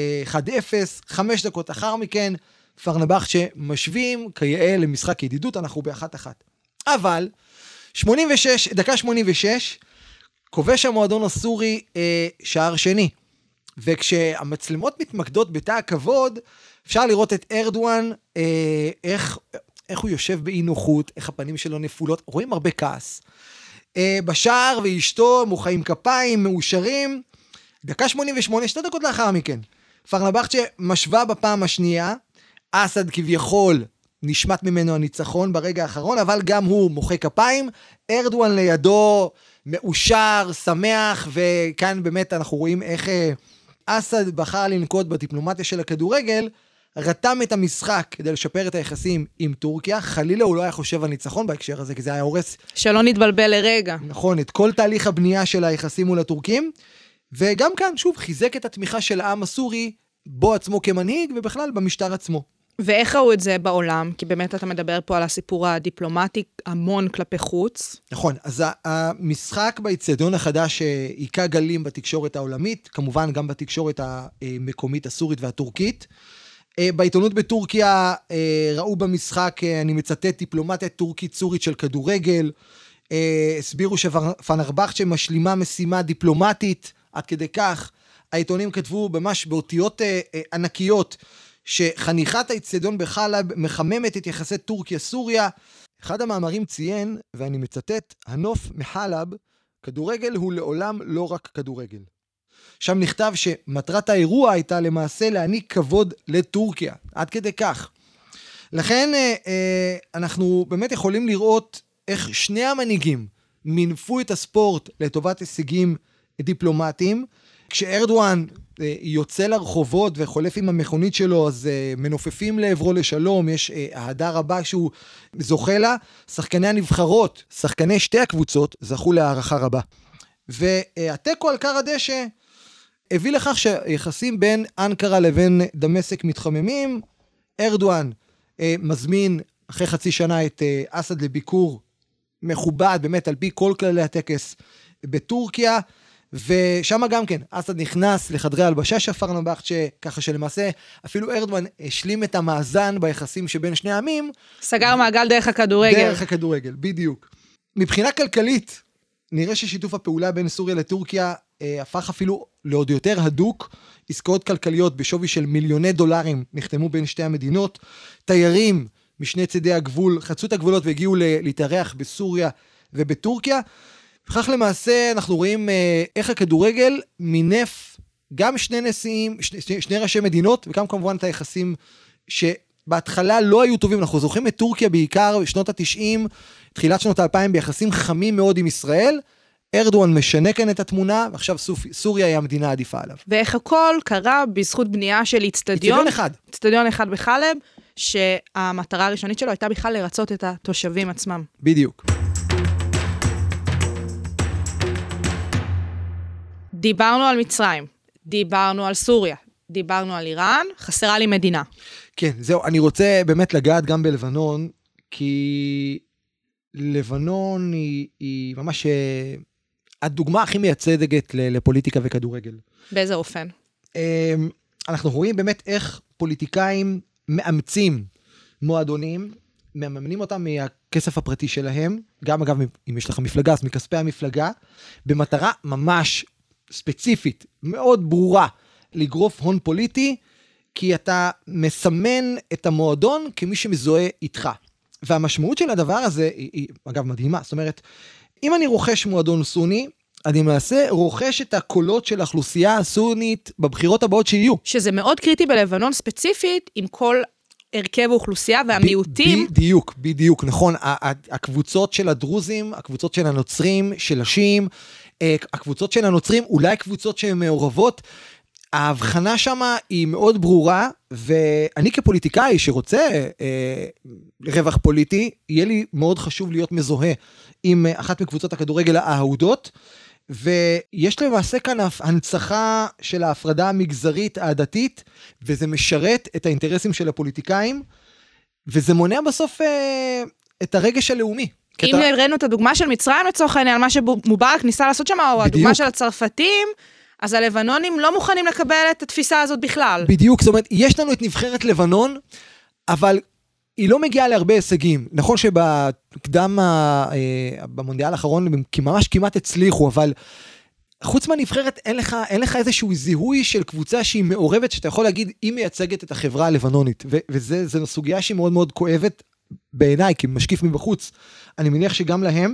5 דקות אחר מכן, פנרבחצ'ה משווים כיאה למשחק ידידות, אנחנו ב1-1. אבל, דקה 86, כובש המועדון הסורי שער שני. וכשהמצלמות מתמקדות בתא הכבוד, אפשר לראות את ארדואן, איך הוא יושב באי נוחות, איך הפנים שלו נפולות, רואים הרבה כעס. בשער ואשתו מוחאים כפיים, מאושרים. דקה 88, 2 דקות לאחר מכן. פנרבחצ'ה משווה בפעם השנייה, אסד כביכול נשמט ממנו הניצחון ברגע האחרון, אבל גם הוא מוחא כפיים, ארדואן לידו מאושר, שמח, וכאן באמת אנחנו רואים איך אסד בחר לנקוט בדיפלומטיה של הכדורגל, רתם את המשחק כדי לשפר את היחסים עם טורקיה, חלילה הוא לא היה חושב על ניצחון בהקשר הזה, כי זה היה הורס. שלא נתבלבל לרגע. נכון, את כל תהליך הבנייה של היחסים מול הטורקים, וגם כאן, שוב, חיזק את התמיכה של העם הסורי, בו עצמו כמנהיג, ובכלל במשטר עצמו. ואיך ראו את זה בעולם? כי באמת אתה מדבר פה על הסיפור הדיפלומטי המון כלפי חוץ. נכון, אז המשחק באצטדיון החדש עיקה גלים בתקשורת העולמית, כמובן גם בתקשורת המקומית הסורית והטורקית. בעיתונות בטורקיה ראו במשחק, אני מצטט, דיפלומטיה טורקית סורית של כדורגל, הסבירו שפנרבחצ'ה משלימה משימה דיפלומטית, עד כדי כך העיתונים כתבו ממש באותיות ענקיות, שחניכת האצטדיון בחלב מחממת את יחסי טורקיה-סוריה. אחד המאמרים ציין, ואני מצטט, הנוף מחלב, כדורגל הוא לעולם לא רק כדורגל. שם נכתב שמטרת האירוע הייתה למעשה להעניק כבוד לטורקיה, עד כדי כך. לכן אנחנו באמת יכולים לראות איך שני המנהיגים מינפו את הספורט לטובת הישגים דיפלומטיים, כשארדואן יוצא לרחובות וחולף עם המכונית שלו, אז מנופפים לעברו לשלום, יש אהדה רבה שהוא זוכה לה, שחקני הנבחרות, שחקני שתי הקבוצות, זכו להערכה רבה. והטקו על קר הדשא הביא לכך שהיחסים בין אנקרה לבין דמשק מתחממים, ארדואן מזמין אחרי חצי שנה את אסד לביקור מכובד, באמת על פי כל כללי הטקס בטורקיה, ושם גם כן, אסד נכנס לחדרי הלבשה של פרנבחצ'ה, ככה שלמעשה אפילו ארדואן השלים את המאזן ביחסים שבין שני העמים. סגר מעגל דרך הכדורגל. דרך הכדורגל, בדיוק. מבחינה כלכלית, נראה ששיתוף הפעולה בין סוריה לטורקיה הפך אפילו לעוד יותר הדוק, עסקאות כלכליות בשווי של מיליוני דולרים נחתמו בין שתי המדינות, תיירים משני צדי הגבול חצו את הגבולות והגיעו להתארח בסוריה ובטורקיה, וכך למעשה אנחנו רואים איך הכדורגל מינף גם שני נשיאים, שני ראשי מדינות, וגם כמובן את היחסים שבהתחלה לא היו טובים. אנחנו זוכרים את טורקיה בעיקר בשנות ה-90, תחילת שנות ה-2000 ביחסים חמים מאוד עם ישראל, ארדואן משנה כאן את התמונה, ועכשיו סוריה היא המדינה העדיפה עליו. ואיך הכל קרה בזכות בנייה של אצטדיון אחד בחלב, שהמטרה הראשונית שלו הייתה בכלל לרצות את התושבים עצמם. בדיוק. דיברנו על מצרים, דיברנו על סוריה, דיברנו על איראן, חסרה לי מדינה. כן, זהו, אני רוצה באמת לגעת גם בלבנון, כי לבנון היא ממש הדוגמה הכי מייצגת לפוליטיקה וכדורגל. באיזה אופן? אנחנו רואים באמת איך פוליטיקאים מאמצים מועדונים, מממנים אותם מהכסף הפרטי שלהם, גם אגב אם יש לך מפלגה, אז מכספי המפלגה, במטרה ממש ספציפית, מאוד ברורה, לגרוף הון פוליטי, כי אתה מסמן את המועדון כמי שמזוהה איתך. והמשמעות של הדבר הזה היא אגב מדהימה, זאת אומרת, אם אני רוכש מועדון סוני, אני למעשה רוכש את הקולות של האוכלוסייה הסונית בבחירות הבאות שיהיו. שזה מאוד קריטי בלבנון ספציפית, עם כל הרכב האוכלוסייה והמיעוטים. בדיוק, נכון. הקבוצות של הדרוזים, הקבוצות של הנוצרים, של השיעים, הקבוצות של הנוצרים, אולי קבוצות שהן מעורבות, ההבחנה שמה היא מאוד ברורה, ואני כפוליטיקאי שרוצה רווח פוליטי, יהיה לי מאוד חשוב להיות מזוהה עם אחת מקבוצות הכדורגל האהודות, ויש למעשה כאן הנצחה של ההפרדה המגזרית העדתית, וזה משרת את האינטרסים של הפוליטיקאים, וזה מונע בסוף את הרגש הלאומי. אם הראינו את הדוגמה של מצרים לצורך העניין, מה שמובארק ניסה לעשות שם, או הדוגמה של הצרפתים, אז הלבנונים לא מוכנים לקבל את התפיסה הזאת בכלל. בדיוק, זאת אומרת, יש לנו את נבחרת לבנון, אבל היא לא מגיעה להרבה הישגים. נכון שבקדם במונדיאל האחרון ממש כמעט הצליחו, אבל חוץ מהנבחרת אין לך איזשהו זיהוי של קבוצה שהיא מעורבת, שאתה יכול להגיד, היא מייצגת את החברה הלבנונית. וזו סוגיה שהיא מאוד מאוד כואבת בעיניי, כי משקיף מבחוץ. אני מניח שגם להם.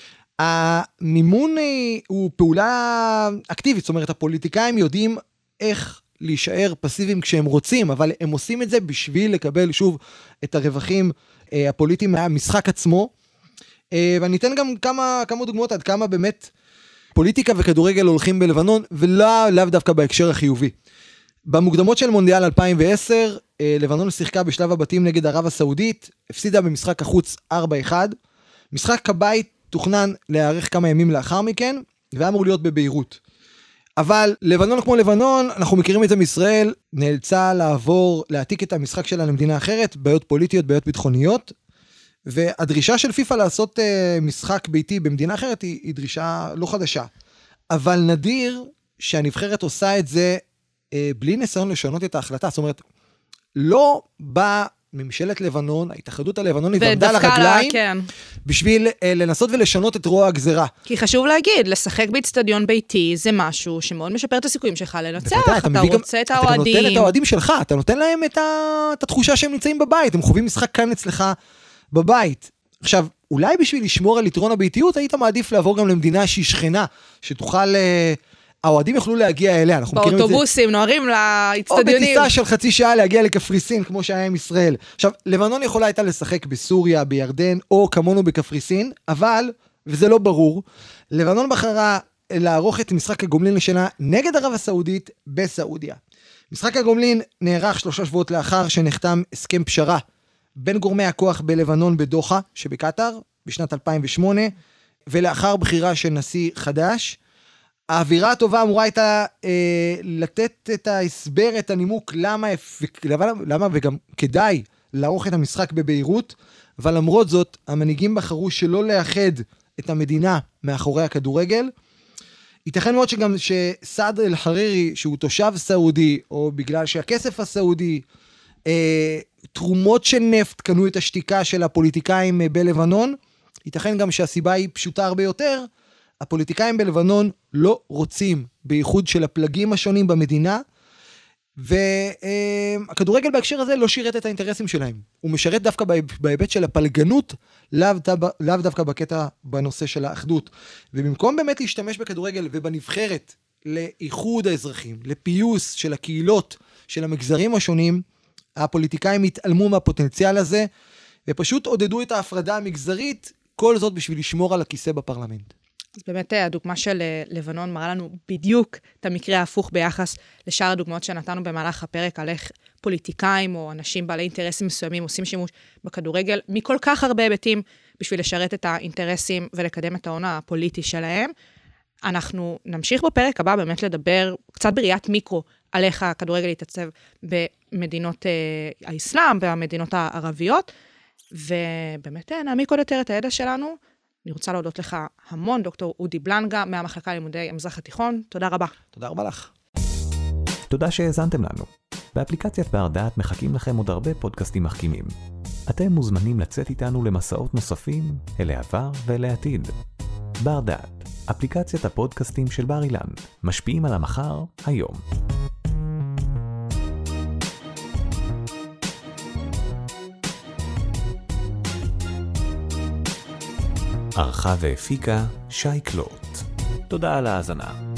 המימון הוא פעולה אקטיבית, זאת אומרת, הפוליטיקאים יודעים איך להישאר פסיביים כשהם רוצים, אבל הם עושים את זה בשביל לקבל שוב את הרווחים הפוליטיים מהמשחק עצמו, ואני אתן גם כמה דוגמאות עד כמה באמת פוליטיקה וכדורגל הולכים בלבנון, ולאו דווקא בהקשר החיובי. במוקדמות של מונדיאל 2010, לבנון שיחקה בשלב הבתים נגד ערב הסעודית, הפסידה במשחק החוץ 4-1, משחק הבית תוכנן להיערך כמה ימים לאחר מכן, והיה אמור להיות בביירות. אבל לבנון כמו לבנון, אנחנו מכירים את זה מישראל, נאלצה להעתיק את המשחק שלה למדינה אחרת, בעיות פוליטיות, בעיות ביטחוניות, והדרישה של פיפה לעשות משחק ביתי במדינה אחרת היא דרישה לא חדשה. אבל נדיר שהנבחרת עושה את זה בלי ניסיון לשנות את ההחלטה, זאת אומרת, לא בא ממשלת לבנון, ההתאחדות הלבנונית עמדה על הרגליים, כן. בשביל לנסות ולשנות את רוע הגזרה. כי חשוב להגיד, לשחק באצטדיון ביתי זה משהו שמאוד משפר את הסיכויים שלך לנצח, אתה רוצה את האוהדים. אתה נותן את האוהדים שלך, אתה נותן להם את התחושה שהם נמצאים בבית, הם חווים משחק כאן אצלך בבית. עכשיו, אולי בשביל לשמור על יתרון הביתיות, היית מעדיף לעבור גם למדינה שהיא שכנה, שתוכל האוהדים יוכלו להגיע אליה, אנחנו מכירים את זה. באוטובוסים, נוהרים לאצטדיונים. או בטיסה של חצי שעה להגיע לקפריסין, כמו שהיה עם ישראל. עכשיו, לבנון יכולה הייתה לשחק בסוריה, בירדן, או כמונו בקפריסין, אבל, וזה לא ברור, לבנון בחרה לערוך את משחק הגומלין לשנה נגד ערב הסעודית בסעודיה. משחק הגומלין נערך 3 שבועות לאחר שנחתם הסכם פשרה בין גורמי הכוח בלבנון בדוחה שבקטר בשנת 2008, ולאחר בחירה של נשיא חדש. האווירה הטובה אמורה הייתה לתת את ההסבר, את הנימוק למה וגם כדאי לערוך את המשחק בביירות, אבל למרות זאת המנהיגים בחרו שלא לאחד את המדינה מאחורי הכדורגל. ייתכן מאוד שגם שסעד אל-חרירי שהוא תושב סעודי, או בגלל שהכסף הסעודי, תרומות של נפט קנו את השתיקה של הפוליטיקאים בלבנון, ייתכן גם שהסיבה היא פשוטה הרבה יותר, הפוליטיקאים בלבנון לא רוצים בייחוד של הפלגים השונים במדינה, והכדורגל בהקשר הזה לא שירת את האינטרסים שלהם. הוא משרת דווקא בהיבט של הפלגנות, לאו דווקא בקטע בנושא של האחדות. ובמקום באמת להשתמש בכדורגל ובנבחרת לאיחוד האזרחים, לפיוס של הקהילות, של המגזרים השונים, הפוליטיקאים התעלמו מהפוטנציאל הזה, ופשוט עודדו את ההפרדה המגזרית, כל זאת בשביל לשמור על הכיסא בפרלמנט. אז באמת הדוגמה של לבנון מראה לנו בדיוק את המקרה ההפוך ביחס לשאר הדוגמאות שנתנו במהלך הפרק, על איך פוליטיקאים או אנשים בעלי אינטרסים מסוימים עושים שימוש בכדורגל מכל כך הרבה היבטים בשביל לשרת את האינטרסים ולקדם את ההון הפוליטי שלהם. אנחנו נמשיך בפרק הבא באמת לדבר קצת בראיית מיקרו על איך הכדורגל יתעצב במדינות האסלאם, במדינות הערביות, ובאמת נעמיק עוד יותר את הידע שלנו. אני רוצה להודות לך המון, דוקטור אודי בלנגה, מהמחלקה ללימודי המזרח התיכון. תודה רבה. תודה רבה לך. תודה שהאזנתם לנו. באפליקציית בר דעת מחכים לכם עוד הרבה פודקאסטים מחכימים. אתם מוזמנים לצאת איתנו למסעות נוספים, אל העבר ואל העתיד. בר דעת, אפליקציית הפודקאסטים של בר אילן, משפיעים על המחר, היום. ערכה והפיקה שי קלוט. תודה על ההאזנה.